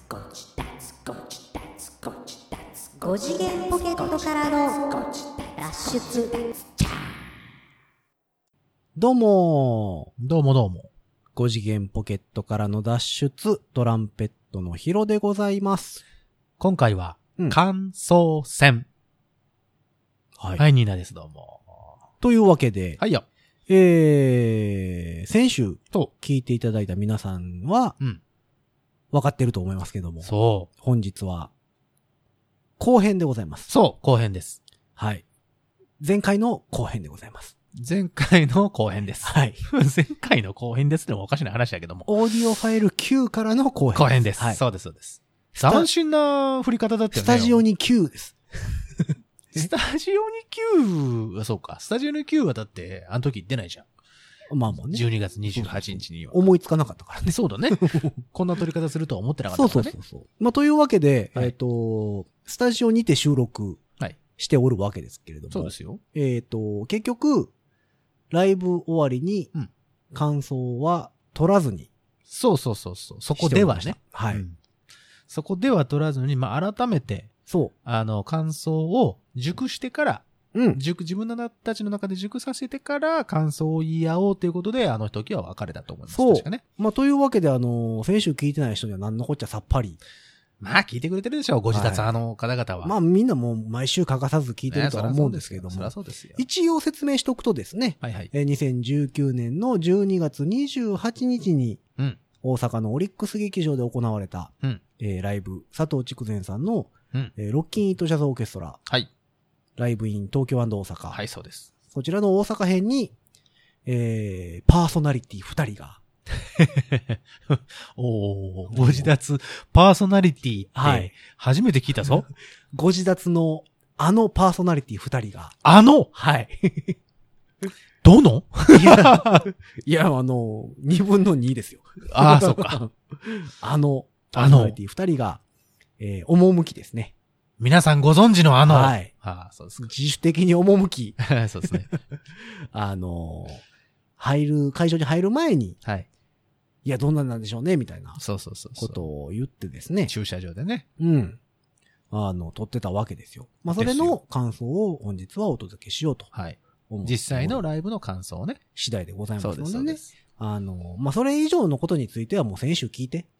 5次元ポケットからの脱出。 どうもどうも。 5次元ポケットからの脱出、トランペットのヒロでございます。 今回は、 うん感想戦。 ははい、ニーナです、どうも。 というわけで、 はいよ。 先週と、 聞いていただいた皆さんは、 うん。 分かってると思いますけども、 そう。 本日は、後編でございます。 そう、後編です。 はい。前回の後編でございます。 前回の後編です。 はい。 前回の後編ですでもおかしな話だけども。 オーディオファイル9からの後編です。 後編です。 はい。 そうです、そうです。斬新な振り方だったよね。 スタジオに9です。 スタジオに9、そうか。スタジオに9はだって、あの時出ないじゃん。 まあまあね。 12月28日には。 思いつかなかったからね。 そうだね。こんな撮り方するとは思ってなかったからね。 そう。まあ、というわけで、 はいスタジオにて収録はいしておるわけですけれども。 そうですよ。 結局、ライブ終わりにうん、 感想は取らずにそう。そこではね。 はい、 うんそこでは取らずに、まあ、改めて、 そ感想を熟してから、 う。うん。 自分たちの中で熟させてから感想を言い合おうということで、あの時は別れたと思います。 そう確かね。 まあ、というわけで、先週聞いてない人には何のこっちゃさっぱり。 まあ、聞いてくれてるでしょう、ご自宅はいの方々は。 まあ、みんなもう毎週欠かさず聞いてるとは思うんですけれども。 そりゃそうですよ。 一応説明しとくとですね、 はいはい。 2019年の12月28日に、 うん。 大阪のオリックス劇場で行われた、 うん。 ライブ、佐藤筑前さんの、 うん。 ロッキンイートジャズオーケストラ、 はい。 ライブイン東京&大阪。 はい、そうです。 そちらの大阪編に、パーソナリティ2人が、 おー、ご自立パーソナリティってはい、 初めて聞いたぞ。 ご自立のパーソナリティ2人が、はい。 どのいや、2分の2ですよ。 ああ、そうか。 パーソナリティ2人が、趣ですね。 皆さんご存知のはい。 ああ、そうですか。 自主的に趣、 そうですね。 会場に入る前に、 はい。 いや、どんなんなんでしょうね、みたいなそう。 ことを言ってですね。 駐車場でね。 うん。撮ってたわけですよ。まあ、それの感想を本日はお届けしようとはい。 思って実際のライブの感想をね。 次第でございますのでね。 す。 まあ、それ以上のことについてはもう先週聞いて。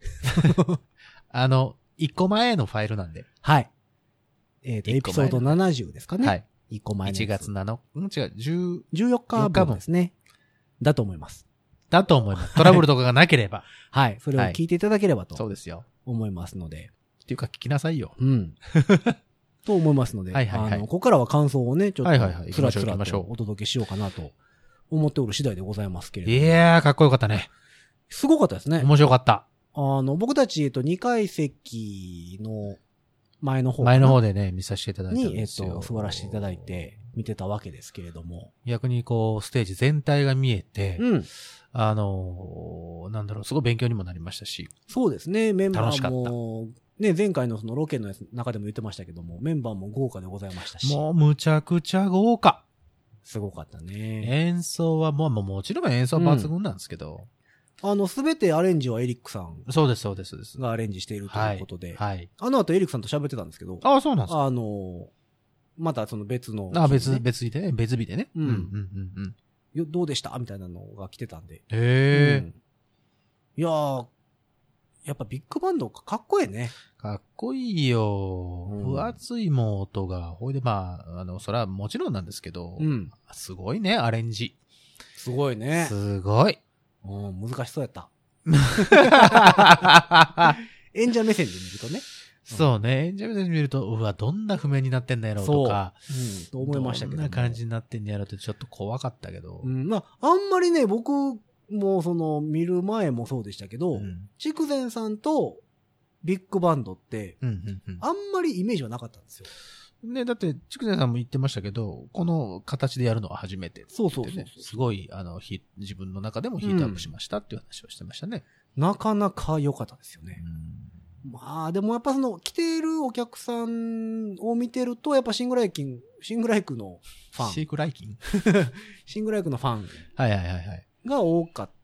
一個前のファイルなんで。 はい。エ一個前ピソード70ですかね。 はい。 1個前の 1 やつ。 月7日、違う、 14日分ですね。だと思います。 だと思います。トラブルとかがなければ。 はい。それを聞いていただければそとうですよ。 思いますので。 っていうか聞きなさいよ。 うん。と思いますので。 はいはいはいここからは感想をね、ちょっはいはいはいと、つらつら行きましょうとお届けしようかなと思っておる次第でございますけれどいも。 やー、かっこよかったね。 すごかったですね。 面白かった。 僕たち、2階席の前の方前の方でね、見させていただいたんに、 ですよ。 座らせていただいて見てたわけですけれども。 逆にこう、ステージ全体が見えて、 うん。 なんだろう、すごい勉強にもなりましたし。 そうですね。メンバ楽しかったーも、ね、前回のそのロケの中でも言ってましたけども、メンバーも豪華でございましたし。 もうむちゃくちゃ豪華。 すごかったね。 演奏はもちろん演奏は抜群なんですけど。 すべてアレンジはエリックさんそうです。 がアレンジしているということで。 はい。 あの後エリックさんと喋ってたんですけど。 ああ、そうなんですか。 またその別の、 別日でね。 うんどうでしたみたいなのが来てたんで。 へえ、 いやー、やっぱビッグバンドかっこええね。 かっこいいよ。分厚いも音が。ほいでそれはもちろんなんですけど。すごいね、アレンジ。 すごいね。 すごい。 難しそうやった。演者目線で見るとね。 そうね。演者目線で見ると、うわ、どんな譜面になってんだやろうとか。 と思いましたけど。 どんな感じになってんやろうってちょっと怖かったけど。 まあ、あんまりね、僕も見る前もそうでしたけど、筑前さんとビッグバンドって、あんまりイメージはなかったんですよ。 ね、だって、筑前さんも言ってましたけど、この形でやるのは初めて、 そう。 すごい、自分の中でもヒートアップしましたっていう話をしてましたね。 なかなか良かったですよね。まあ、でもやっぱ来ているお客さんを見てると、やっぱシングライクのファン。 シークライキンシングライクのファンはい。 が多かっ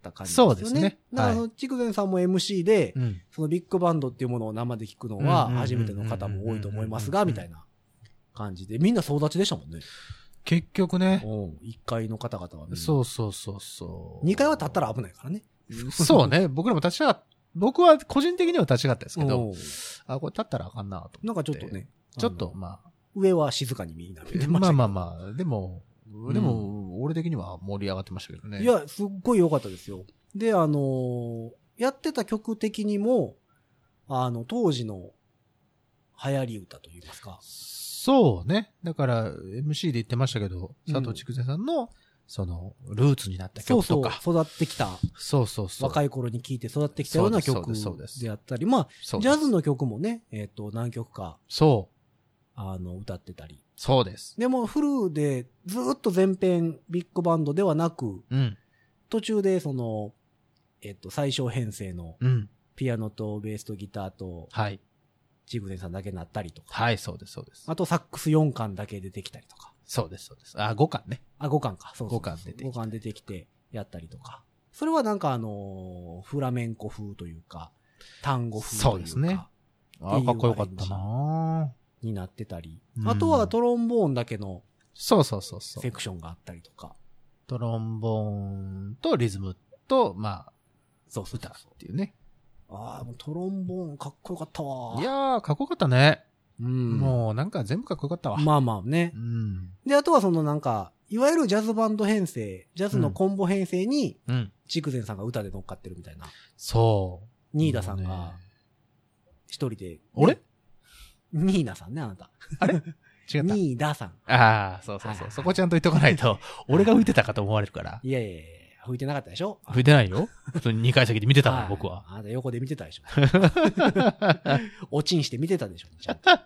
った感じですよね。 そうですね。 だから、筑前さんも MC で、そのビッグバンドっていうものを生で聞くのは初めての方も多いと思いますが、みたいな感じで、みんな総立ちでしたもんね。 結局ね。 1階の方々はね。 そうそうそうそう。 2階は立ったら危ないからね。 そうね。僕らも僕は個人的には立ち上がったんですけど、これ立ったらあかんなと。 なんかちょっとね。 ちょっとまあ。 上は静かにみんな見てましたけど。 まあ。でも、俺的には盛り上がってましたけどね。 いや、すっごい良かったですよ。で、やってた曲的にも、当時の流行り歌といいますか。 そうね。だから、MC で言ってましたけど、佐藤筑前さんの、その、ルーツになった曲とか。 そう、育ってきた。 そう。 若い頃に聴いて育ってきたような曲であったり、まあ、ジャズの曲もね、何曲か。歌ってたり。 そうです。 でも、フルでずっと全編ビッグバンドではなく、途中でその、最小編成の、ピアノとベースとギターと、筑前さんだけなったりとか。 はい、そうです。 あとサックス4巻だけ出てきたりとか。 そうです。5巻ね。 5巻か。 5巻出てきて。 5巻出てきてやったりとか。それはなんかフラメンコ風というか、単語風というか。 そうですね。かっこよかったなになってたり。あとはトロンボーンだけの、 そう。 セクションがあったりとか。 トロンボーンとリズムと、まあ、歌っていうね。 もうトロンボーンかっこよかったわ。 いやー、かっこよかったね。もうなんか全部かっこよかったわ。 まあね。で、あとはそのなんか、いわゆるジャズバンド編成、ジャズのコンボ編成に、筑前さんが歌で乗っかってるみたいな。 そう。 ニーダさんが、一人で。 俺ニーナさんね、あなた。 あれ違った。 ニーダさん。 そう。そこちゃんと言っとかないと、俺が浮いてたかと思われるから。 いや。吹いてなかったでしょ？ 吹いてないよ。普通に2階席で見てたもん、僕は。 あなた横で見てたでしょ。おちんして見てたでしょ、ちゃんと。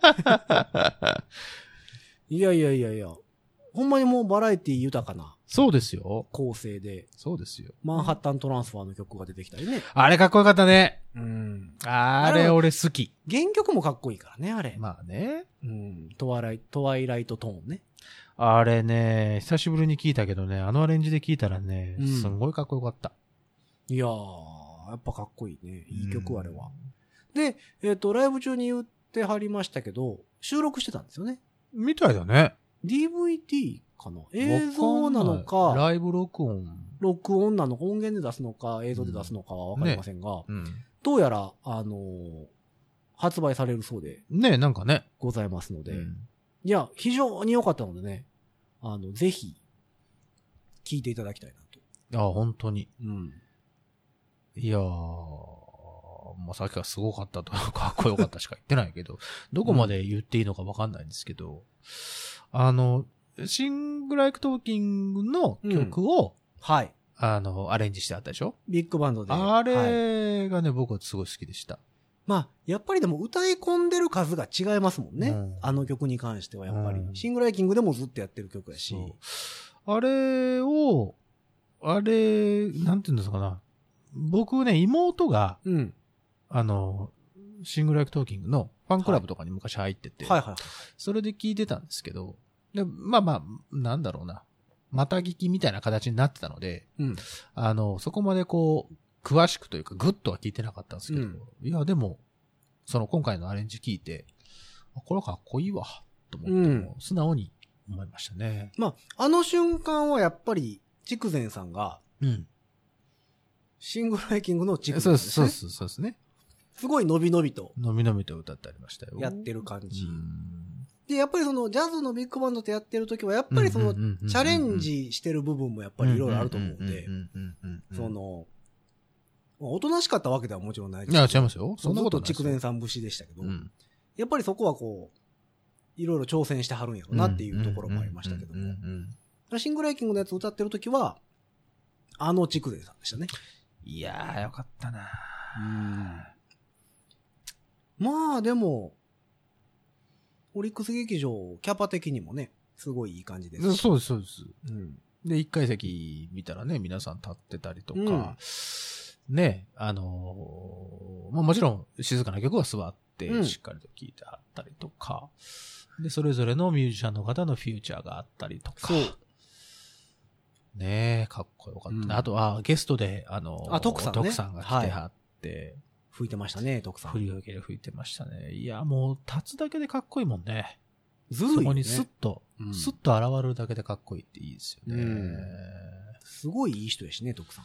いや。ほんまにもうバラエティ豊かな。 そうですよ。 構成で。 そうですよ。 マンハッタントランスファーの曲が出てきたりね。 あれかっこよかったね。あれ俺好き。 原曲もかっこいいからね、あれ。 まあね。 トワイライトトーンね。 あれね、久しぶりに聞いたけどね、アレンジで聞いたらね、すんごいかっこよかった。 いやー、やっぱかっこいいね。いい曲、あれは。で、ライブ中に言ってはりましたけど、収録してたんですよね。 みたいだね。 DVD かな？映像なのか、 ライブ録音なのか、音源で出すのか、映像で出すのかはわかりませんが、どうやら、発売されるそうで。 ね、なんかね。 ございますので。いや、非常に良かったのでね、ぜひ、聴いていただきたいなと。 本当に。いやー、まあ、さっきはすごかったとかっこよかったしか言ってないけど、どこまで言っていいのかわかんないんですけど、シングライクトーキングの曲を、アレンジしてあったでしょ？ ビッグバンドで。 あれがね、僕はすごい好きでした。 まあ、やっぱりでも歌い込んでる数が違いますもんね。あの曲に関してはやっぱり。シングライキングでもずっとやってる曲やし。 あれを、なんていうんですかな。僕ね、妹が、シングライクトーキングのファンクラブとかに昔入ってて、それで聞いてたんですけど、でまあ、なんだろうな。また聞きみたいな形になってたので、そこまでこう、詳しくというか、グッとは聞いてなかったんですけど、いや、でも、今回のアレンジ聞いて、これかっこいいわ、と思って、素直に思いましたね。 まあ、あの瞬間はやっぱり、筑前さんが、シングライキングの筑前さんですね。 そうですね。 すごい伸び伸びと。 歌ってありましたよ。 やってる感じ。で、やっぱりジャズのビッグバンドってやってる時は、やっぱりチャレンジしてる部分もやっぱりいろいろあると思うんで、おとなしかったわけではもちろんないです。 いや、違いますよ。 そんなこと筑前さん節でしたけど、やっぱりそこはこう、いろいろ挑戦してはるんやろうなっていうところもありましたけども。シングライキングのやつ歌ってる時は、筑前さんでしたね。 いやー、よかったな。 まあでも、オリックス劇場、キャパ的にもね、すごいいい感じです。 そうです。で、一階席見たらね、皆さん立ってたりとか、ね、もちろん静かな曲は座ってしっかりと聴いてあったりとか、で、それぞれのミュージシャンの方のフューチャーがあったりとか、 ねえ、かっこよかった。あとは、ゲストで、 徳さんね。 徳さんが来てはって、 吹いてましたね、徳さん。 振り分けで吹いてましたね。いや、もう、立つだけでかっこいいもんね。 ずるいよね。 そこにスッと現れるだけでかっこいいっていいですよね。 すごいいい人やしね、徳さん。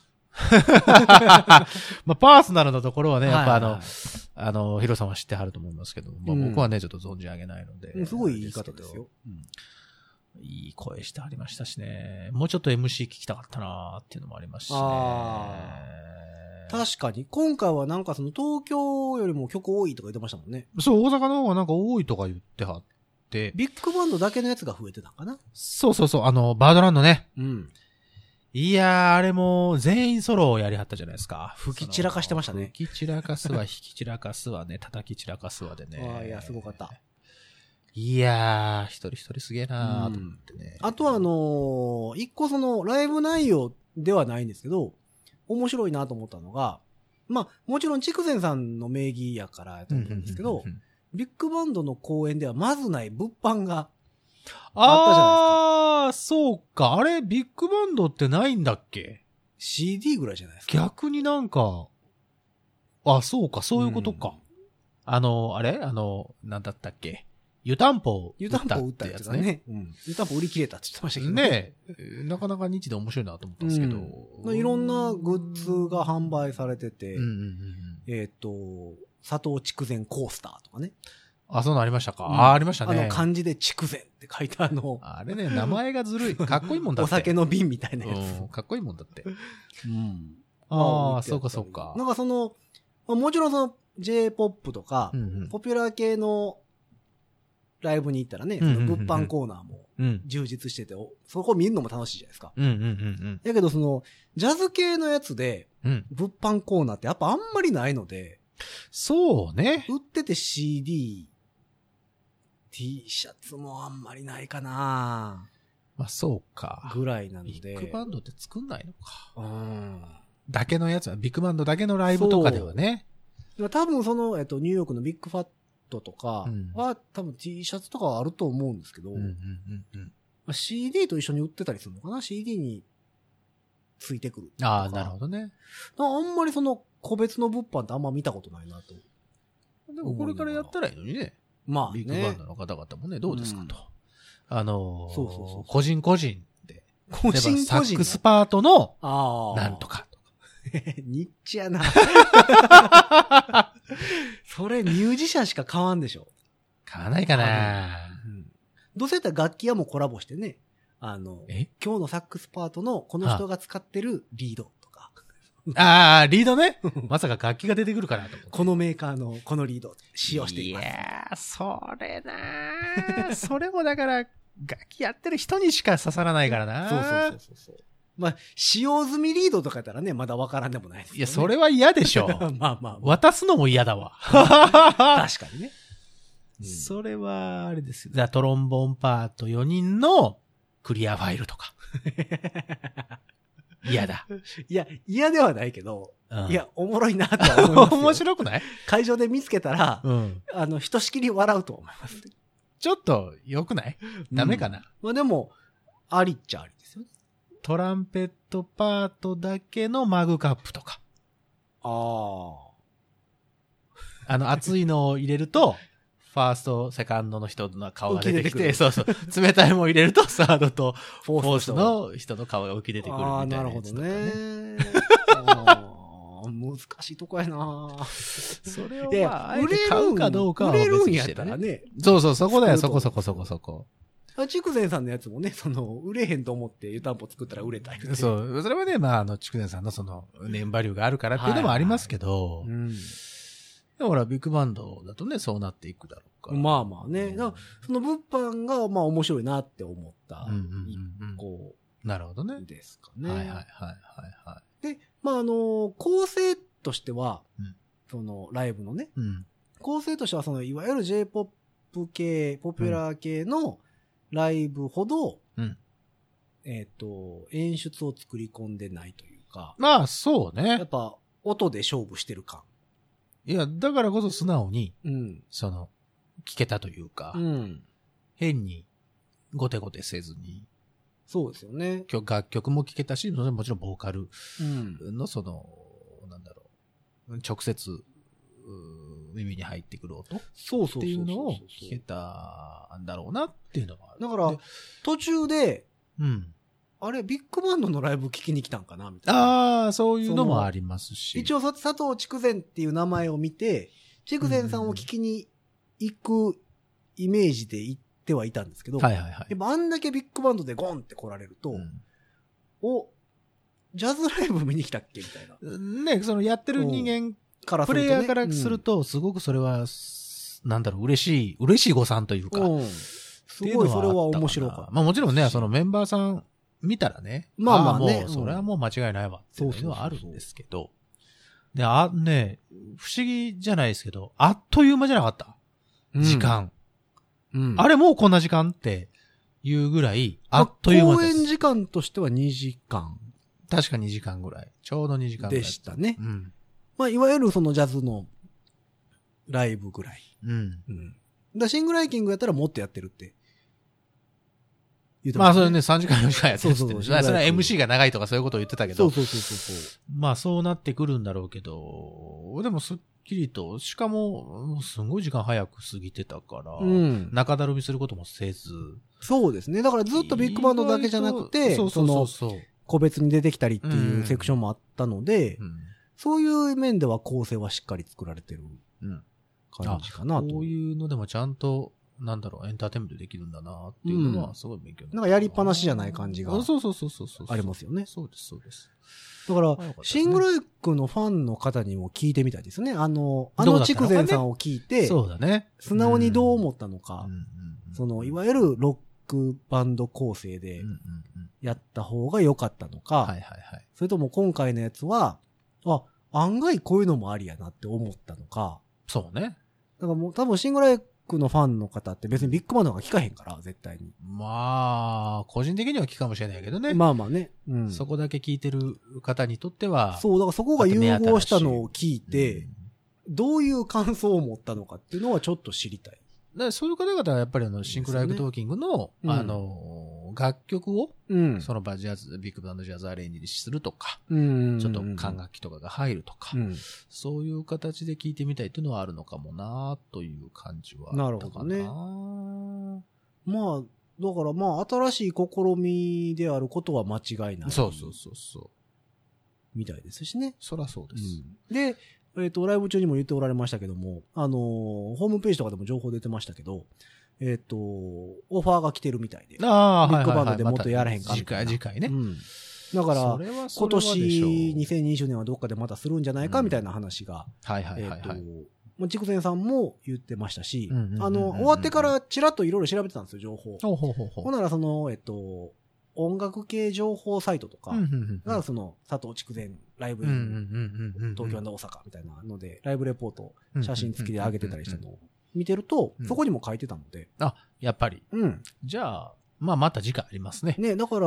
まあ、パーソナルなところはね、やっぱヒロさんは知ってはると思いますけど、まあ、僕はね、ちょっと存じ上げないので。 すごいいい方ですよ。 いい声してありましたしね。もうちょっと MC 聞きたかったなーっていうのもありますしね。 確かに。今回はなんかその東京よりも曲多いとか言ってましたもんね。 そう、大阪の方がなんか多いとか言ってはって。 ビッグバンドだけのやつが増えてたかな。 そうそうそう、バードランドね。 うん。 いやー、あれも全員ソロをやりはったじゃないですか。 吹き散らかしてましたね。 吹き散らかすわ、弾き散らかすわね、叩き散らかすわでね。 いや、すごかった。 いやー、一人一人すげえなーと思ってね。 あとは一個そのライブ内容ではないんですけど、面白いなと思ったのが、まあ、もちろん筑前さんの名義やからやと思うんですけど、ビッグバンドの公演ではまずない物販があったじゃないですか。 あー、そうか。あれ、ビッグバンドってないんだっけ？ CD ぐらいじゃないですか。 逆になんか、あ、そうか、そういうことか。あれなんだったっけ？湯たんぽを売ったやつね。湯たんぽ売り切れたって言ってましたけどね。 なかなか日で面白いなと思ったんですけど。 いろんなグッズが販売されてて、佐藤筑前コースターとかね。 あ、そういうのありましたか？ありましたね。 漢字で筑前って書いてあるの。 あれね、名前がずるい。かっこいいもんだって。 お酒の瓶みたいなやつ。 かっこいいもんだって。 ああ、 そうかそうか。 なんかもちろんJ-POP とか、ポピュラー系のライブに行ったらね、物販コーナーも充実してて、そこ見るのも楽しいじゃないですか。だけどジャズ系のやつで、物販コーナーってやっぱあんまりないので、 そうね。 売ってて CD、T シャツもあんまりないかな。 まあそうか。 ぐらいなので。 ビッグバンドって作んないのか。だけのやつは、ビッグバンドだけのライブとかではね。 多分ニューヨークのビッグファットとかは、多分 T シャツとかはあると思うんですけど、CD と一緒に売ってたりするのかな？ CD についてくる。 ああ、なるほどね。 あんまり個別の物販ってあんま見たことないなと。 でもこれからやったらいいのにね。まあね。ビッグバンドの方々もね、どうですかと。そう個人個人で。 個人個人。 サックスパートの、なんとか。 ニッチやな。それミュージシャンしか買わんでしょ。 買わないかな。 どうせやったら楽器屋もコラボしてね。今日のサックスパートのこの人が使ってるリードとか。 ああ、リードね。まさか楽器が出てくるかなと思って。 このメーカーのこのリード使用しています。 いやー、それなー。それもだから、楽器やってる人にしか刺さらないからな。 そう。まあ、使用済みリードとかやったらね、まだわからんでもないですけどね。 いや、それは嫌でしょ。 まあ。 渡すのも嫌だわ。 確かにね。 それは、あれですよ。トロンボーンパート4人のクリアファイルとか。嫌だ。 いや、嫌ではないけど、いや、おもろいなとは思いますよ。 面白くない？ 会場で見つけたら、ひとしきり笑うと思います。 ちょっと、良くない？ダメかな？ まあでも、ありっちゃありですよね。 トランペットパートだけのマグカップとか。熱いのを入れると、ファースト、セカンドの人の顔が出てきて、そう。冷たいものを入れると、サードとフォースの人の顔が浮き出てくるみたいな、ね。 なるほどね。難しいとこやなそれをまあ、売れ買うかどうかは別にしてるね。 そう、 そこだよ、そこ。 筑前さんのやつもね、売れへんと思って湯たんぽ作ったら売れたり。 そう。それはね、まあ、筑前さんのネームバリューがあるからっていうのもありますけど、だからビッグバンドだとね、そうなっていくだろうから。 まあね。だから物販がまあ面白いなって思った一個。 なるほどね。 ですかね。 はい。 で、まあ構成としては、ライブのね、構成としてはいわゆる J-POP 系、ポピュラー系のライブほど、演出を作り込んでないというか。 まあ、そうね。 やっぱ、音で勝負してる感。 いや、だからこそ素直に、聞けたというか、変にゴテゴテせずに、 そうですよね。 楽曲も聴けたし、もちろんボーカルのなんだろう、直接、耳に入ってくる音っていうのを聞けたんだろうなっていうのはある。 だから、途中で、あれ、ビッグバンドのライブ聞きに来たんかなみたいな。 ああ、そういうのもありますし。 一応、佐藤筑前っていう名前を見て、筑前さんを聞きに行くイメージで行ってはいたんですけど、 はいはいはい。 やっぱあんだけビッグバンドでゴンって来られると、ジャズライブ見に来たっけみたいな。 ね、そのやってる人間からすると、ね、プレイヤーからすると、すごくそれは、なんだろう、嬉しい誤算というか。 すごいそれは面白かった。 まあもちろんね、そのメンバーさん見たらね、まあまあね、もうそれはもう間違いないわっていうのはあるんですけど、で、ね、不思議じゃないですけど、あっという間じゃなかった。時間。あれもうこんな時間っていうぐらい、あっという間です。 公演時間としては2時間。 確か2時間ぐらい。ちょうど2時間ぐらい。 でしたね。まあ、いわゆるそのジャズのライブぐらい。シングルライキングやったらもっとやってるって言ってましたね。まあ、 それね、3時間4時間やってるって。そう。それは MC が長いとかそういうことを言ってたけど。 そう。 まあ、そうなってくるんだろうけど、でもすっきりと、しかも、すごい時間早く過ぎてたから、中だるみすることもせず。 そうですね。だからずっとビッグバンドだけじゃなくて、個別に出てきたりっていうセクションもあったので、そういう面では構成はしっかり作られてる感じかなと。 こういうのでもちゃんと、なんだろう、エンターテインメントできるんだなっていうのはすごい勉強になる。 なんかやりっぱなしじゃない感じが。 そう。 ありますよね。 そうです。 だから、シングルライクのファンの方にも聞いてみたいですね。筑前さんを聞いて、 そうだね。素直にどう思ったのか、いわゆるロックバンド構成でやった方が良かったのか、それとも今回のやつは、案外こういうのもありやなって思ったのか。 そうね。 だからもう多分シングルライクのファンの方って別にビッグバンドが聞かへんから、絶対に。 まあ、個人的には聞くかもしれないけどね。 まあまあね。 そこだけ聞いてる方にとっては。 そう、だからそこが融合したのを聞いて、どういう感想を持ったのかっていうのはちょっと知りたい。 そういう方々はやっぱりシンクロライクトーキングの、楽曲を、そのビッグバンドジャズアレンジにするとか、ちょっと管楽器とかが入るとか、そういう形で聞いてみたいっていうのはあるのかもなという感じはあったかな。 なるほどね。まあ、だからまあ、新しい試みであることは間違いない。 そう。 みたいですしね。 そらそうです。 で、ライブ中にも言っておられましたけども、ホームページとかでも情報出てましたけど、オファーが来てるみたいで。ビッグバンドでもっとやらへんかみたいな。 次回ね。 だから、今年2020年はどっかでまたするんじゃないかみたいな話が、筑前さんも言ってましたし、終わってからちらっといろいろ調べてたんですよ、情報。ほんなら音楽系情報サイトとか、が佐藤筑前ライブイン、東京&大阪みたいなので、ライブレポート、写真付きで上げてたりしたのを見てると、そこにも書いてたので。 やっぱり。じゃあ、また次回ありますね。 ね、だから、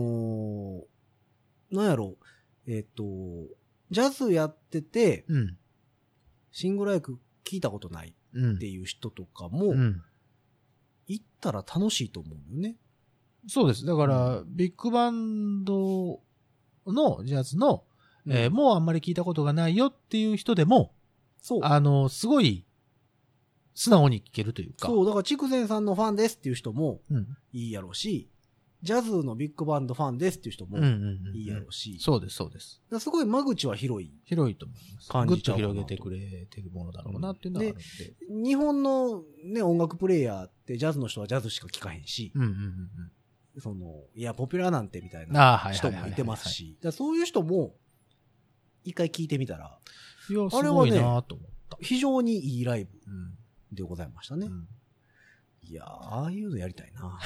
なんやろ、ジャズやってて、シングルライク聞いたことないっていう人とかも、行ったら楽しいと思うよね。 そうです。だから、ビッグバンドのジャズの、もうあんまり聞いたことがないよっていう人でも、すごい、素直に聞けるというか。 そう、だから、筑前さんのファンですっていう人も、いいやろうし、ジャズのビッグバンドファンですっていう人も、いいやろうし。 そうです、そうです。 すごい間口は広い。 広いと思います。感じちゃうかなと。ぐっと広げてくれてるものだろうなっていうのはあるんで。 日本のね、音楽プレイヤーってジャズの人はジャズしか聞かへんし、いや、ポピュラーなんてみたいな人もいてますし、そういう人も、一回聞いてみたら、 あれはね、 非常にいいライブでございましたね。いやー、ああいうのやりたいな。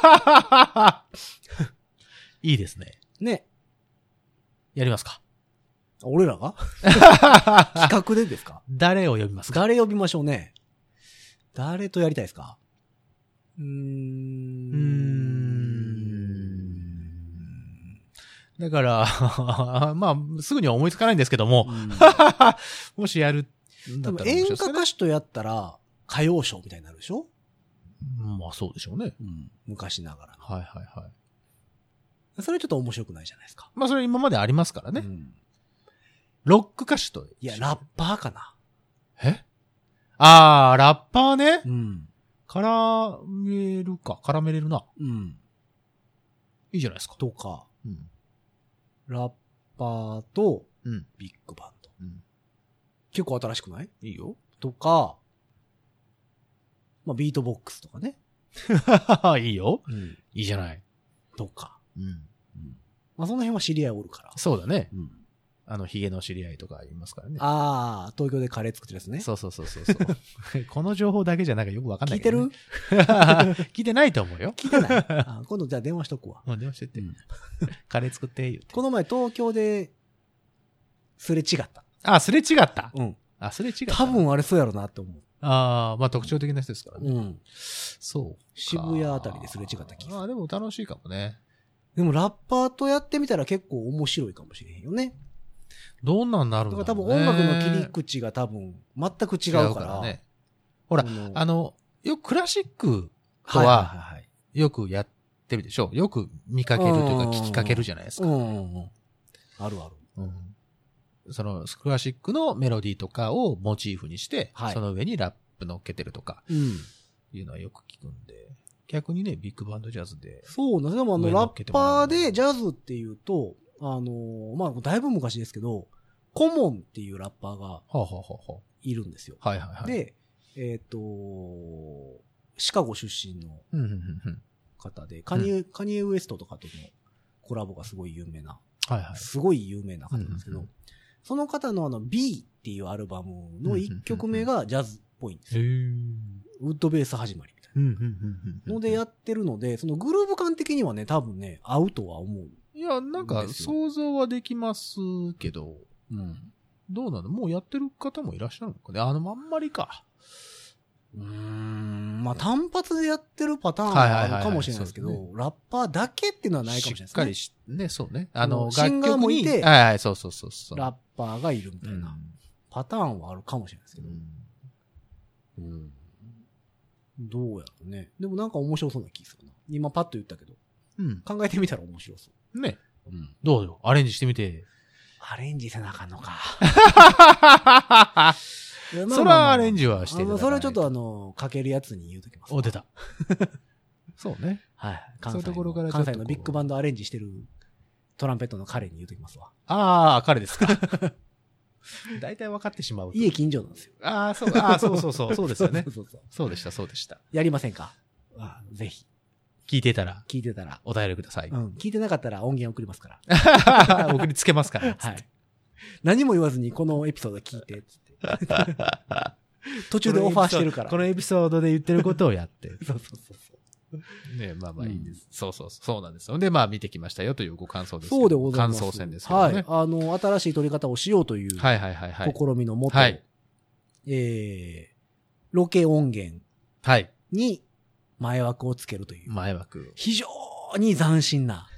いいですね。 ね。 やりますか。 俺らが企画でですか？ 誰を呼びますか？ 誰呼びましょうね。誰とやりたいですか？ だから、すぐには思いつかないんですけども、もしやるんだったら、 演歌歌手とやったら、歌謡ショーみたいになるでしょ？ そうでしょうね。 昔ながら。 それちょっと面白くないじゃないですか。 まあそれ今までありますからね。ロック歌手と。 いや、ラッパーかな。 ラッパーね。絡めるか。絡めれるな。いいじゃないですか。 とか、ラッパーと、ビッグバンド。結構新しくない？ いいよ。 とか、まあビートボックスとかね。 いいよ。いいじゃない。 とか。まあその辺は知り合いおるから。 そうだね。ヒゲの知り合いとかいますからね。 東京でカレー作ってるやつね。 そう。この情報だけじゃなんかよくわかんないけど、 ね。聞いてる聞いてないと思うよ。 聞いてない今度じゃあ電話しとくわ。 電話してって。カレー作って言って。 この前東京ですれ違った。 すれ違った。すれ違った。 多分あれそうやろなって思う。 まあ特徴的な人ですからね。そう。 渋谷あたりですれ違った気がする。 でも楽しいかもね。 でもラッパーとやってみたら結構面白いかもしれへんよね。 どんなんなるんだろうね。 だから多分音楽の切り口が多分全く違うから。 ね。ほら、よくクラシックとは、よくやってるでしょ。よく見かけるというか聞きかけるじゃないですか。 あるある。 そのクラシックのメロディーとかをモチーフにして、その上にラップ乗っけてるとか、いうのはよく聞くんで。逆にね、ビッグバンドジャズで。 そうなんです。でもラッパーでジャズっていうと、まあ、だいぶ昔ですけど、コモンっていうラッパーがいるんですよ。で、シカゴ出身の方で、カニエ・ウエストとかとのコラボがすごい有名な、すごい有名な方なんですけど、その方のB っていうアルバムの1曲目がジャズっぽいんですよ。ウッドベース始まりみたいな。のでやってるので、そのグルーヴ感的にはね、多分ね、合うとは思う。 いや、なんか想像はできますけど、どうなの？もうやってる方もいらっしゃるのかね。あんまりか。 まあ単発でやってるパターンはあるかもしれないですけど、ラッパーだけっていうのはないかもしれないですね。 しっかりね、そうね。 シンガーもいて、 そう。 ラッパーがいるみたいなパターンはあるかもしれないですけど。どうやろうね。でもなんか面白そうな気がするな。今パッと言ったけど。考えてみたら面白そう。 ね。どうよ。アレンジしてみて。 アレンジせなあかんのか。 それはアレンジはしてる。 それはちょっとかけるやつに言うときます。 出た。そうね。関西のビッグバンドアレンジしてるトランペットの彼に言うときますわ。 彼ですか。大体分かってしまう。 家近所なんですよ。 そうですよね。そうでした。 やりませんか？ぜひ。 聞いてたら。お便りください。 聞いてなかったら音源送りますから。 送りつけますから。 何も言わずにこのエピソード聞いて、つって。途中でオファーしてるから。 このエピソードで言ってることをやって。 そう。 ね、まあいいです。そうなんですよ。で、見てきましたよというご感想です。 そうでございます。 感想戦ですけどね。 新しい撮り方をしようという試みのもと、ロケ音源に前枠をつけるという。非常に斬新な。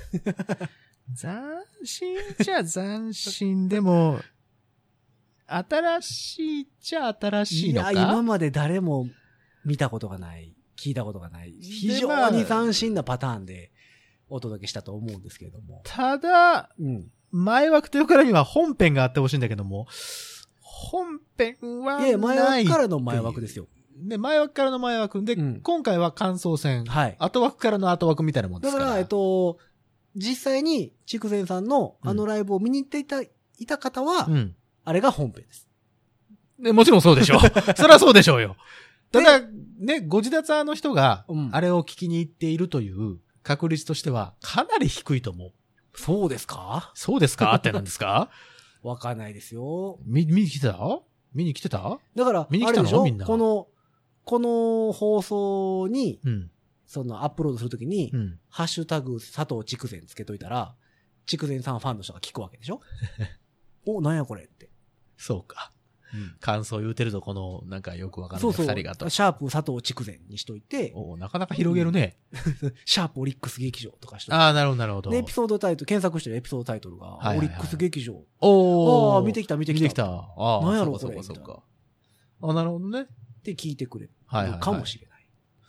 斬新じゃ斬新でも、新しいっちゃ新しいのか？ いや、今まで誰も見たことがない。聞いたことがない。非常に斬新なパターンでお届けしたと思うんですけれども。 ただ、前枠というからには本編があってほしいんだけども、本編はない。 前枠からの前枠ですよ。 で、前枠からの前枠で、今回は感想戦。後枠からの後枠みたいなもんですから。 だから、実際に筑前さんのライブを見に行っていた方は、あれが本編です。 もちろんそうでしょう。そりゃそうでしょうよ。ただ、ね、ご自立の人が、あれを聞きに行っているという確率としては、かなり低いと思う。 そうですかって何ですか？ わかんないですよ。 見に来てただから、 見に来たのみんな。 この放送に、そのアップロードするときに、ハッシュタグ佐藤筑前つけといたら、筑前さんファンの人が聞くわけでしょ？なんやこれって。 そうか。感想言うてるとこの、なんかよくわかんない二人がと。 シャープ佐藤筑前にしといて。 なかなか広げるね。 シャープオリックス劇場とかしといて。 なるほど。 で、エピソードタイトル、検索してるエピソードタイトルが、オリックス劇場。見てきた。なんやろこれ。 そうか。なるほどね。 って聞いてくれるかもしれない。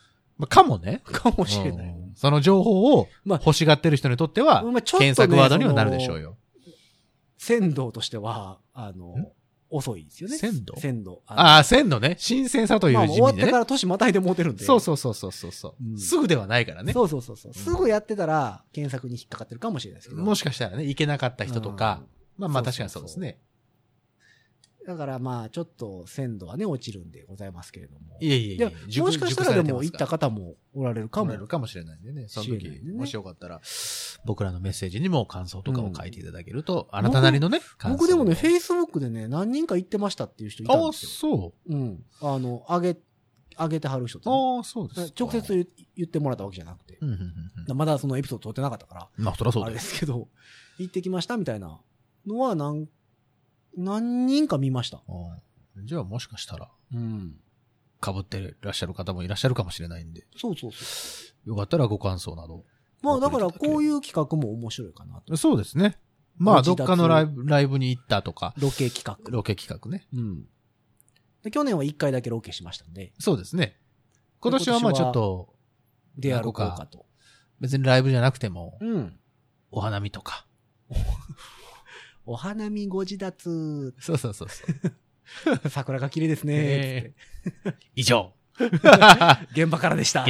かもね。 かもしれない。 その情報を欲しがってる人にとっては、検索ワードにはなるでしょうよ。 鮮度としては、遅いですよね。 鮮度。鮮度ね。新鮮さという意味でね。 終わってから年またいで持てるんで。 そう。すぐではないからね。 そう。すぐやってたら、検索に引っかかってるかもしれないですけど。 もしかしたらね、いけなかった人とか、まあ確かにそうですね。 だからちょっと鮮度はね、落ちるんでございますけれども。 いや。 もしかしたらでも行った方もおられるかもしれないんでね。その時、もしよかったら、僕らのメッセージにも感想とかを書いていただけると、あなたなりのね、 感想。僕でもね、Facebook でね、何人か行ってましたっていう人いたんですよ。 そう。あげてはる人って、 そうです。 直接言ってもらったわけじゃなくて。まだそのエピソード撮ってなかったから。 そりゃそうあれですけど、行ってきましたみたいなのは何人か見ました。 じゃあもしかしたら、被ってらっしゃる方もいらっしゃるかもしれないんで。 そう。 よかったらご感想など。 だからこういう企画も面白いかなと。 そうですね。どっかのライブに行ったとか。 ロケ企画ね。 で去年は1回だけロケしましたんで。 そうですね。今年はちょっと、 出歩こうかと。 別にライブじゃなくても、お花見とか。 お花見ご自立。 そう。 桜が綺麗ですね。 以上。 現場からでした。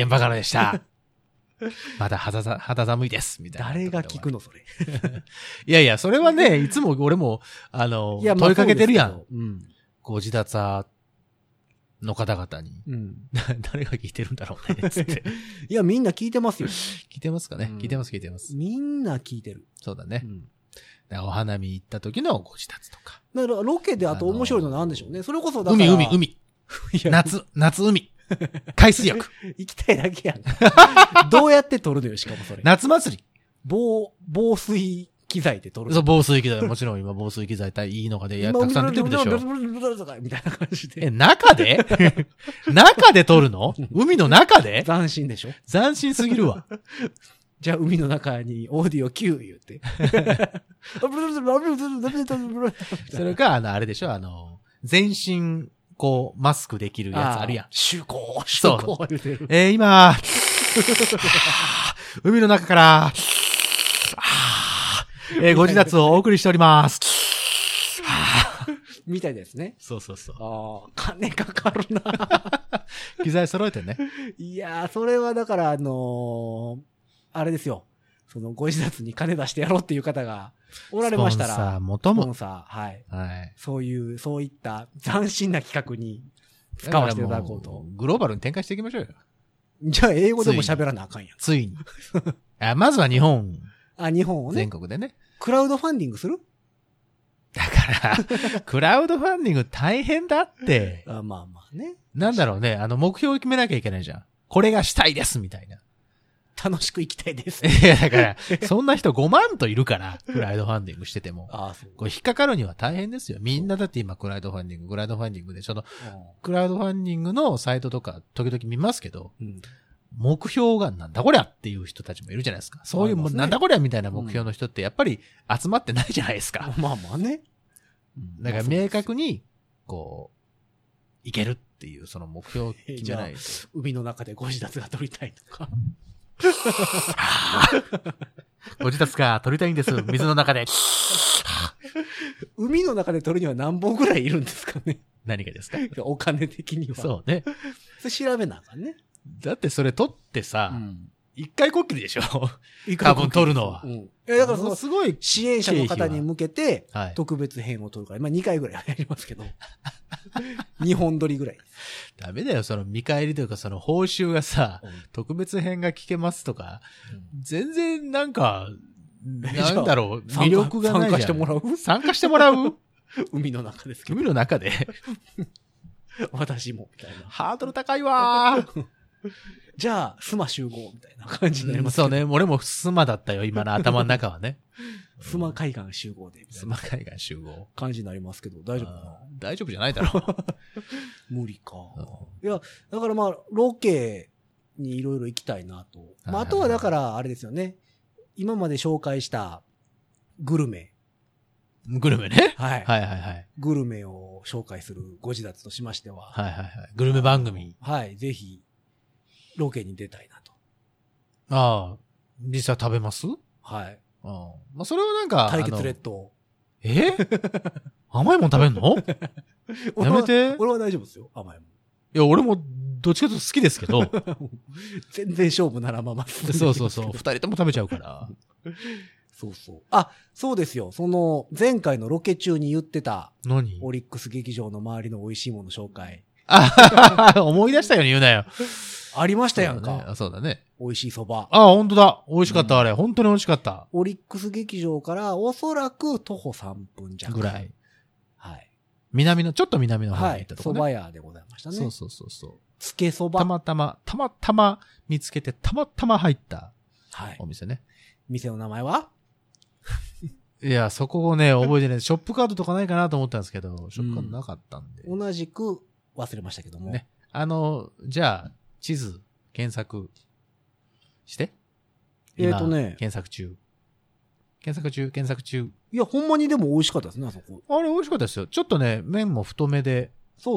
まだ肌寒いです。みたいな。 誰が聞くのそれ。 いや、それはね、いつも俺も、問いかけてるやん。ご自立の方々に。誰が聞いてるんだろうね、つって。 いや、みんな聞いてますよ。 聞いてますかね。聞いてます。 みんな聞いてる。 そうだね。お花見行った時のご自立とか。 だからロケであと面白いのなんでしょうね。それこそだから。 海。夏海。海水浴。 行きたいだけやん。どうやって撮るのよ、しかもそれ。 夏祭り。 防水機材で撮る。 そう、防水機材。もちろん今防水機材いいのがで、たくさん出てるでしょ。 みたいな感じで。 中で撮るの海の中で斬新でしょ。 斬新すぎるわ。 じゃあ海の中にオーディオ9言って。 それか、あれでしょ、全身、マスクできるやつあるやん。 集合言うてる。今、海の中から、ご自立をお送りしております。 みたいですね。 そう。 金かかるな。 機材揃えてね。 いやー、それはだからあれですよ。そのご自立に金出してやろうっていう方がおられましたら。 スポンサー、 はい。そういった斬新な企画に使わせていただこうと。 グローバルに展開していきましょうよ。 じゃあ英語でも喋らなあかんやん。 ついに。まずは日本。 日本をね。 全国でね。 クラウドファンディングする？ だから、クラウドファンディング大変だって。 まあね。 なんだろうね。目標を決めなきゃいけないじゃん。これがしたいですみたいな。 楽しく生きたいです。 いや、だから、そんな人5万といるから、クラウドファンディングしてても。 そう。 これ引っかかるには大変ですよ。みんなだって今クラウドファンディングで、クラウドファンディングのサイトとか時々見ますけど、目標がなんだこりゃっていう人たちもいるじゃないですか。そういう、なんだこりゃみたいな目標の人ってやっぱり集まってないじゃないですか。 まあね。 だから明確に、いけるっていうその目標を決めないと。 海の中でご自立が取りたいとか。 ご自立が取りたいんです。水の中で。 海の中で取るには何本ぐらいいるんですかね。 何がですか？ お金的には。 そうね。 それ調べなあかんね。 だってそれ取ってさ、一回こっきりでしょ？多分取るのは。 だからすごい支援者の方に向けて、特別編を取るから、2回ぐらいやりますけど。2本撮りぐらい。 ダメだよ、その見返りというか、その報酬がさ、特別編が聞けますとか、全然なんか、なんだろう、魅力がないじゃん。参加してもらう海の中ですけど。 海の中で私も、みたいな。 ハードル高いわー。 じゃあ、スマ集合みたいな感じになります。 そうね。俺もスマだったよ、今の頭の中はね。 スマ海岸集合で。 スマ海岸集合。 感じになりますけど、大丈夫かな？ 大丈夫じゃないだろう。 無理か。いや、だからロケにいろいろ行きたいなと。あとはだから、あれですよね。今まで紹介したグルメ。 グルメね。 はい。 はいはいはい。 グルメを紹介するご自立としましては。 はいはいはい。グルメ番組。 はい、ぜひ。 ロケに出たいなと。 ああ、実際食べます？ はい。 まあ、それはなんか。 対決列島。 甘いもん食べんのやめて。 俺は大丈夫ですよ、甘いもん。 いや、俺も、どっちかというと好きですけど。 全然勝負ならまま。 そうそうそう。二人とも食べちゃうから。 そうそう。あ、そうですよ。その、前回のロケ中に言ってた。 何？ オリックス劇場の周りの美味しいもの紹介。 思い出したように言うなよ。 ありましたやんか。 そうだね。 美味しい蕎麦。 本当だ。美味しかった、あれ。本当に美味しかった。 オリックス劇場からおそらく徒歩3分弱。 ぐらい。 はい。 ちょっと南の方に行ったところね。 蕎麦屋でございましたね。 そう。 つけ蕎麦。 たまたま見つけて、たまたま入った。 はい。 お店ね。 店の名前はいや、そこをね、覚えてない。ショップカードとかないかなと思ったんですけど、ショップカードなかったんで。 同じく忘れましたけども。 ね。じゃあ、地図検索して。検索中。 いや、ほんまにでも美味しかったですね、あそこ。 あれ美味しかったですよ。ちょっとね、麺も太めで。 そう。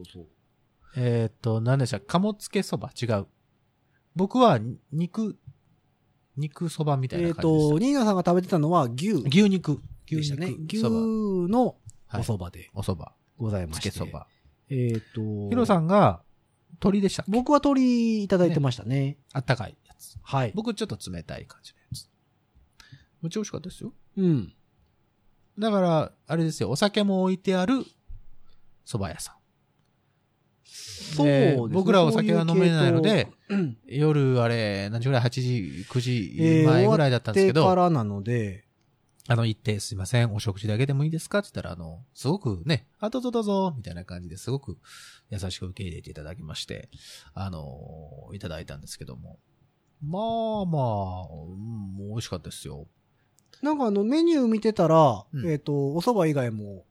何でした？鴨つけそば？違う。僕は、肉そばみたいな感じでした。 ニーナさんが食べてたのは牛肉でしたね。牛のお蕎麦で。 お蕎麦。 ございまして。 つけそば。 ヒロさんが、鶏でしたっけ？ 僕は鶏いただいてましたね。 あったかいやつ。 はい。 僕ちょっと冷たい感じのやつ。めっちゃ美味しかったですよ。 うん。 だから、あれですよ、お酒も置いてある蕎麦屋さん。 そうですね。 僕らお酒が飲めないので、夜何時ぐらい ?8 時、9時前ぐらいだったんですけど。 終わってからなので、 行ってすいません、お食事だけでもいいですかって言ったら、すごくね、どうぞどうぞ、みたいな感じですごく優しく受け入れていただきまして、いただいたんですけども。もう美味しかったですよ。 なんかメニュー見てたら、お蕎麦以外も、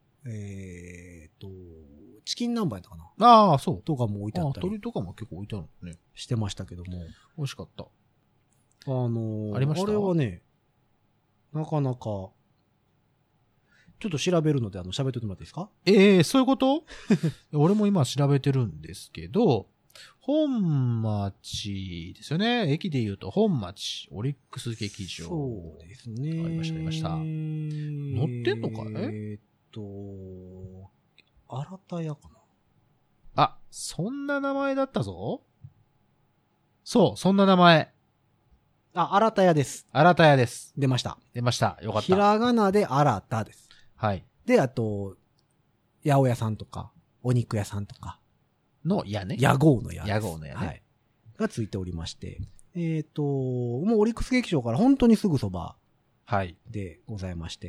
チキン南蛮やったかな。 そう。 とかも置いてあったり。 鶏とかも結構置いてあるのね。 してましたけども。 美味しかった。 ありました。あれはね、なかなか、ちょっと調べるので、喋っておいてもらっていいですか？ そういうこと俺も今調べてるんですけど、本町ですよね。駅で言うと本町、オリックス劇場。 そうですね。 ありました。載ってんのかい？ 新田屋かな。そんな名前だったぞ。そう、そんな名前。 新田屋です。 新田屋です。 出ました。 よかった。 ひらがなで新田です。 はい。 で、あと、八百屋さんとか、お肉屋さんとか。 の屋ね。 屋号の屋です。 屋号の屋ね。 はい。がついておりまして。もうオリックス劇場から本当にすぐそば。 はい。 でございまして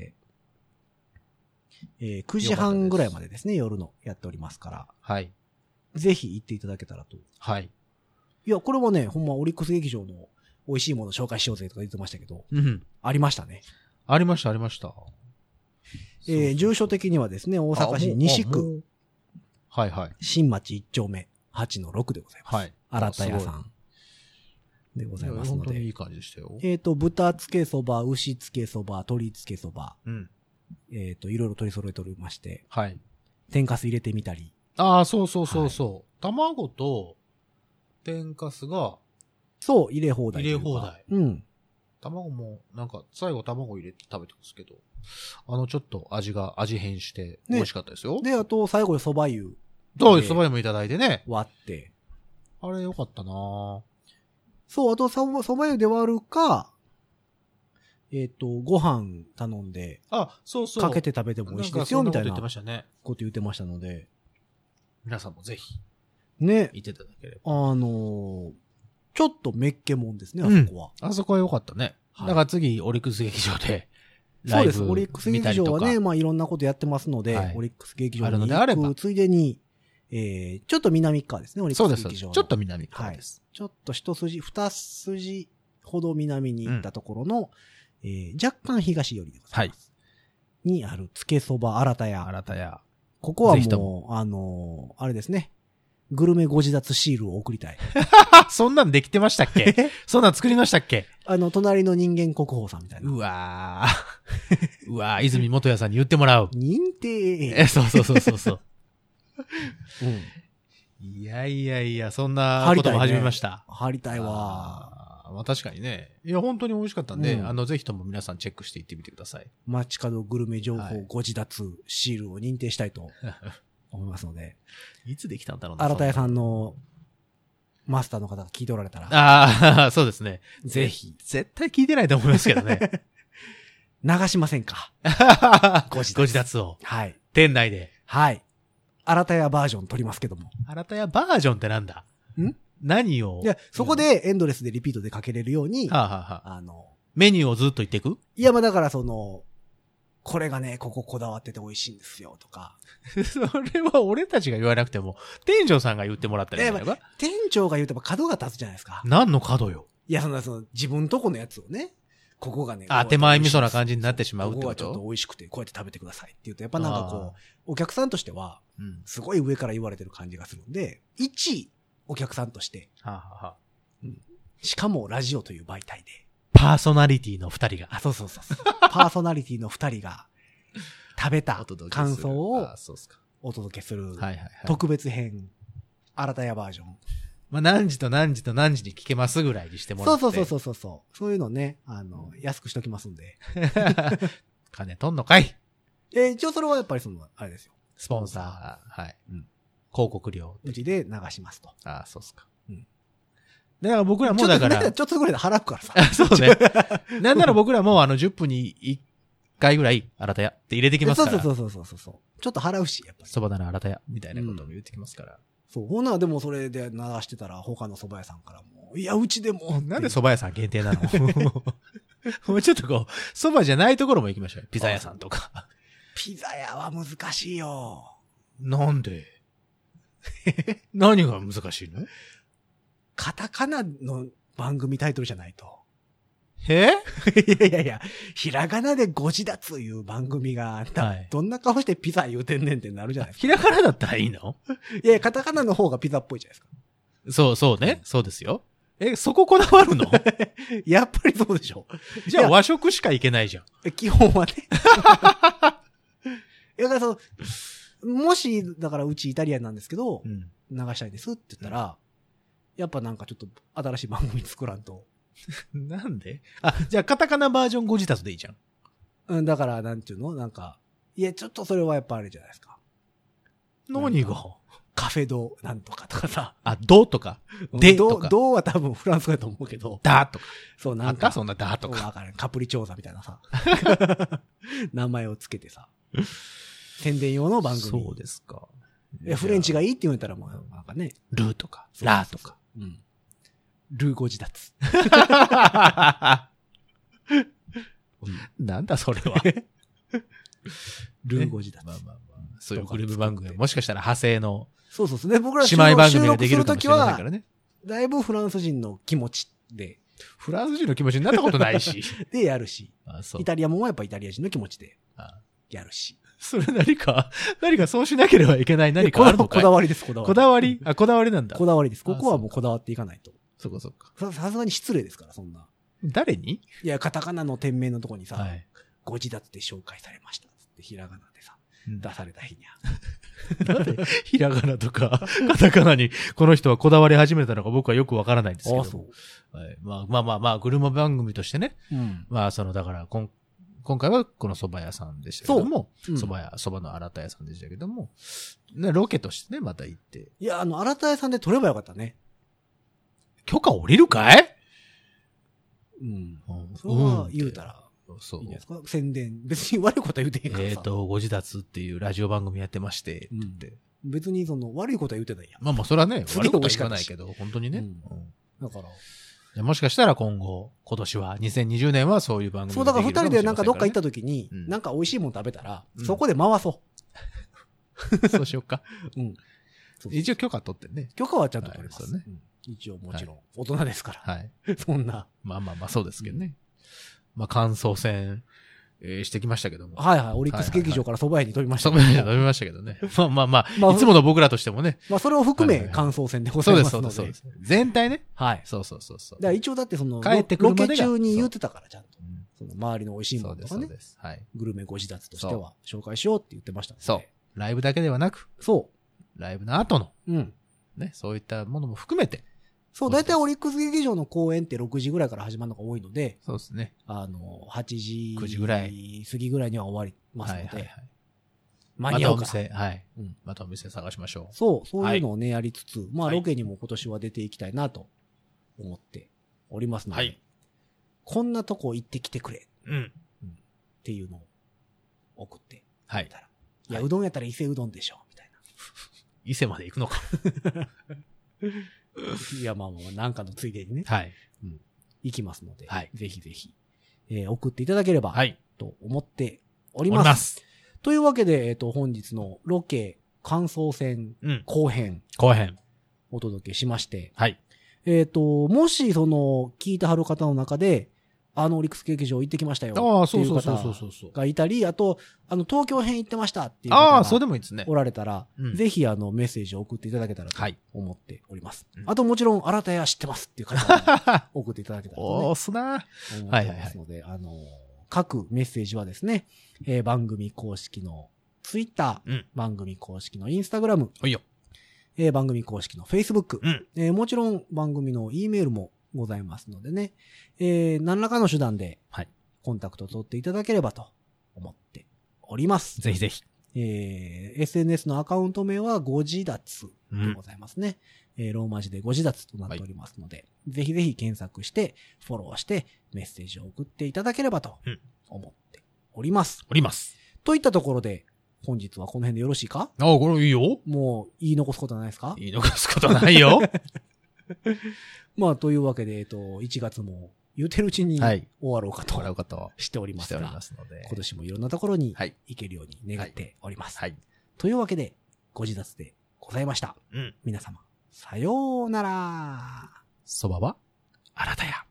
。9時半ぐらいまでですね、夜のやっておりますから。 はい。 ぜひ行っていただけたらと。 はい。 いや、これはね、ほんまオリックス劇場の美味しいもの紹介しようぜとか言ってましたけど。 うん。 ありましたね。 ありました。 住所的にはですね、大阪市西区。 はいはい。 新町1丁目8-6でございます。 はい。 新田屋さん。でございますので。 本当にいい感じでしたよ。 豚つけそば、牛つけそば、鶏つけそば。 うん。 いろいろ取り揃えておりまして。 はい。 天かす入れてみたり。 そう。はい、卵と天かすが。 そう、入れ放題。 入れ放題。 うん。 卵も、なんか、最後卵入れて食べてますけど、ちょっと味変して美味しかったですよ。 ね、で、あと、最後に蕎麦湯。 そう、蕎麦湯もいただいてね。 割って。 あれよかったな。 そう、あと、蕎麦湯で割るか、ご飯頼んで、 そう。 かけて食べても美味しいですよ、みたいなこと言ってましたので。 皆さんもぜひ。 ね。 行っていただければ。 ちょっとめっけもんですね、あそこは。 あそこは良かったね。だから次、オリックス劇場で、 そうです。オリックス劇場はね、いろんなことやってますので、オリックス劇場に行くついでに、ちょっと南側ですね、オリックス劇場。 そうです。ちょっと南側です。 ちょっと二筋ほど南に行ったところの、若干東寄りでございます。にある、つけそば新田屋。ここはもう、あれですね。グルメご自立シールを送りたい。 そんなんできてましたっけ？そんなん作りましたっけ？ 隣の人間国宝さんみたいな。 うわー、泉元也さんに言ってもらう。 認定。 そう。 うん。 いやいやいや、そんなことも始めました。 貼りたいわ。 まあ確かにね。いや、本当に美味しかったんで、ぜひとも皆さんチェックしていってみてください。 街角グルメ情報ご自立シールを認定したいと思いますので。 いつできたんだろうな。 新田屋さんのマスターの方が聞いておられたら。 ああ、そうですね。 ぜひ。 絶対聞いてないと思いますけどね。 流しませんか。 ご自立を。 はい。 店内で。 はい。新田屋バージョン撮りますけども。 新田屋バージョンってなんだ？何を？ いや、そこでエンドレスでリピートでかけれるように、 メニューをずっと言っていく？ いや、まあだからこれがね、こだわってて美味しいんですよ、とか。 それは俺たちが言わなくても、店長さんが言ってもらったらいいんじゃないか？ 店長が言うと角が立つじゃないですか。 何の角よ？ いや、自分とこのやつをね、ここがね。 手前味噌な感じになってしまうってこと？ ここがちょっと美味しくて、こうやって食べてくださいって言うと、やっぱなんかお客さんとしては、すごい上から言われてる感じがするんで、一お客さんとして、しかもラジオという媒体で。 パーソナリティの二人が。 そう。パーソナリティの二人が食べた感想をお届けする特別編、新田屋バージョン。 まあ、何時と何時と何時に聞けますぐらいにしてもらって。 そう。そういうのね、安くしときますんで。 金取んのかい？ 一応それはやっぱりあれですよ。 スポンサー。はい。広告料。 うちで流しますと。 そうっすか。だから僕らもだから。 ちょっとぐらいで払うからさ。 そうね。なんなら僕らも10分に1回ぐらい、新田屋って入れてきますから。 そう。ちょっと払うし、やっぱり。 蕎麦なら新田屋みたいなことも言ってきますから。 そう。ほな、でもそれで流してたら他の蕎麦屋さんからも、いや、うちでも。 なんで蕎麦屋さん限定なの？もうちょっと蕎麦じゃないところも行きましょうよ。ピザ屋さんとか。 ピザ屋は難しいよ。 なんで？何が難しいの？ カタカナの番組タイトルじゃないと。いや、ひらがなでご自立いう番組が、どんな顔してピザ言うてんねんってなるじゃないですか。 ひらがなだったらいいの？ いや、カタカナの方がピザっぽいじゃないですか。そうね。そうですよ。そここだわるの？ やっぱりそうでしょ。 じゃあ和食しかいけないじゃん。 基本はね。だからもし、だからうちイタリアンなんですけど、流したいですって言ったら、やっぱなんかちょっと新しい番組作らんと。 なんで？じゃあカタカナバージョンご自立でいいじゃん。 だからなんていうの？なんか、いや、ちょっとそれはやっぱあれじゃないですか。 何が？ カフェドなんとかとかさ。 ドとか。でとか。 ドは多分フランス語だと思うけど。 ダとか。 そう、なんか。 そんなダとか。 わかる。カプリチョーザみたいなさ。名前をつけてさ。宣伝用の番組。 そうですか。 フレンチがいいって言われたらもう、なんかね。 ルーとか。ラーとか。 ルーご自立。 なんだそれは。 ルーご自立。 まあ。そういうグルメ番組もしかしたら派生の。 そうね。僕ら姉妹番組ができるかもしれないからね。 だいぶフランス人の気持ちで。 フランス人の気持ちになったことないし。 でやるし。イタリアもんはやっぱイタリア人の気持ちで。やるし。 それ何かそうしなければいけない何かあるのかい？ こだわりです、 こだわりこだわりなんだ。 こだわりです。ここはもうこだわっていかないと。 そっか。 さすがに失礼ですから、そんな。 誰に？ いや、カタカナの店名のとこにさ、ご自立で紹介されました。ってひらがなでさ、出された日にゃ。 なんでひらがなとか、カタカナにこの人はこだわり始めたのか僕はよくわからないんですけど。そう。まあ、グルメ番組としてね。まあ、だから、今回はこの蕎麦屋さんでしたけども、蕎麦の新田屋さんでしたけども、ロケとしてね、また行って。 いや、新田屋さんで撮ればよかったね。 許可降りるかい？ それは言うたら、いいんですか？宣伝。別に悪いことは言うてへんからさ。 ご自立っていうラジオ番組やってまして、って。 別に悪いことは言うてないやん。 まあ、それはね、悪いことは言わないけど、本当にね。 だから。 もしかしたら今年は、2020年はそういう番組そう、だから二人でなんかどっか行った時に、なんか美味しいもん食べたら、そこで回そう。 そうしよっか。一応許可取ってね。 許可はちゃんと取れますね。一応もちろん。大人ですから。そんな。 まあ、そうですけどね。まあ、感想戦、してきましたけども。 オリックス劇場から蕎麦屋に飛びました。 蕎麦屋に飛びましたけどね。まあ、いつもの僕らとしてもね。 まあ、それを含め、感想戦でございますので。 そうです。全体ね。そう。 だから一応だって帰ってくるまでがロケ中に言ってたから、ちゃんと。周りの美味しいものとかね。グルメご自立としては、紹介しようって言ってました。 そう。ライブだけではなく。 そう。 ライブの後の。 ね、そういったものも含めて。 そう、だいたいオリックス劇場の公演って6時ぐらいから始まるのが多いので、 そうですね。 8時、 9時ぐらい過ぎぐらいには終わりますので、 はいはいはい、 間に合うか。 またお店、はい。うん。またお店探しましょう。 そういうのをね、やりつつ、まあロケにも今年は出ていきたいなと思っておりますので、はい、こんなとこ行ってきてくれ。うん。っていうのを送ってはい。 いや、うどんやったら伊勢うどんでしょ、みたいな。 伊勢まで行くのか。 いや、まあなんかのついでにね。 はい。 うん。行きますので、 はい。 ぜひぜひ、送っていただければ、 はい。 と思っております。というわけで、本日のロケ感想戦後編。お届けしまして。 はい。 もし、聞いてはる方の中で、オリックス劇場行ってきましたよ。っていう方がいたり、あと、東京編行ってましたっていう方がそうでもいいですね。 おられたら、ぜひメッセージを送っていただけたらと思っております。あともちろん、新田屋知ってますっていう方も送っていただけたらと、ね。 すな。 思ってますので、各メッセージはですね、番組公式のツイッター、番組公式のインスタグラム、番組公式のフェイスブック、もちろん番組の E メールもございますのでね、何らかの手段で、コンタクトを取っていただければと思っております。 ぜひぜひ。 SNS のアカウント名はご自立でございますね。ローマ字でご自立となっておりますので、ぜひぜひ検索して、フォローしてメッセージを送っていただければと思っております。といったところで、本日はこの辺でよろしいか？ これいいよ。 もう言い残すことはないですか？ 言い残すことはないよ。 まあ、というわけで、1月も言うてるうちに終わろうかとしておりますが、今年もいろんなところに行けるように願っております。というわけで、ご自立でございました。皆様、さようなら。 そばは、新田屋。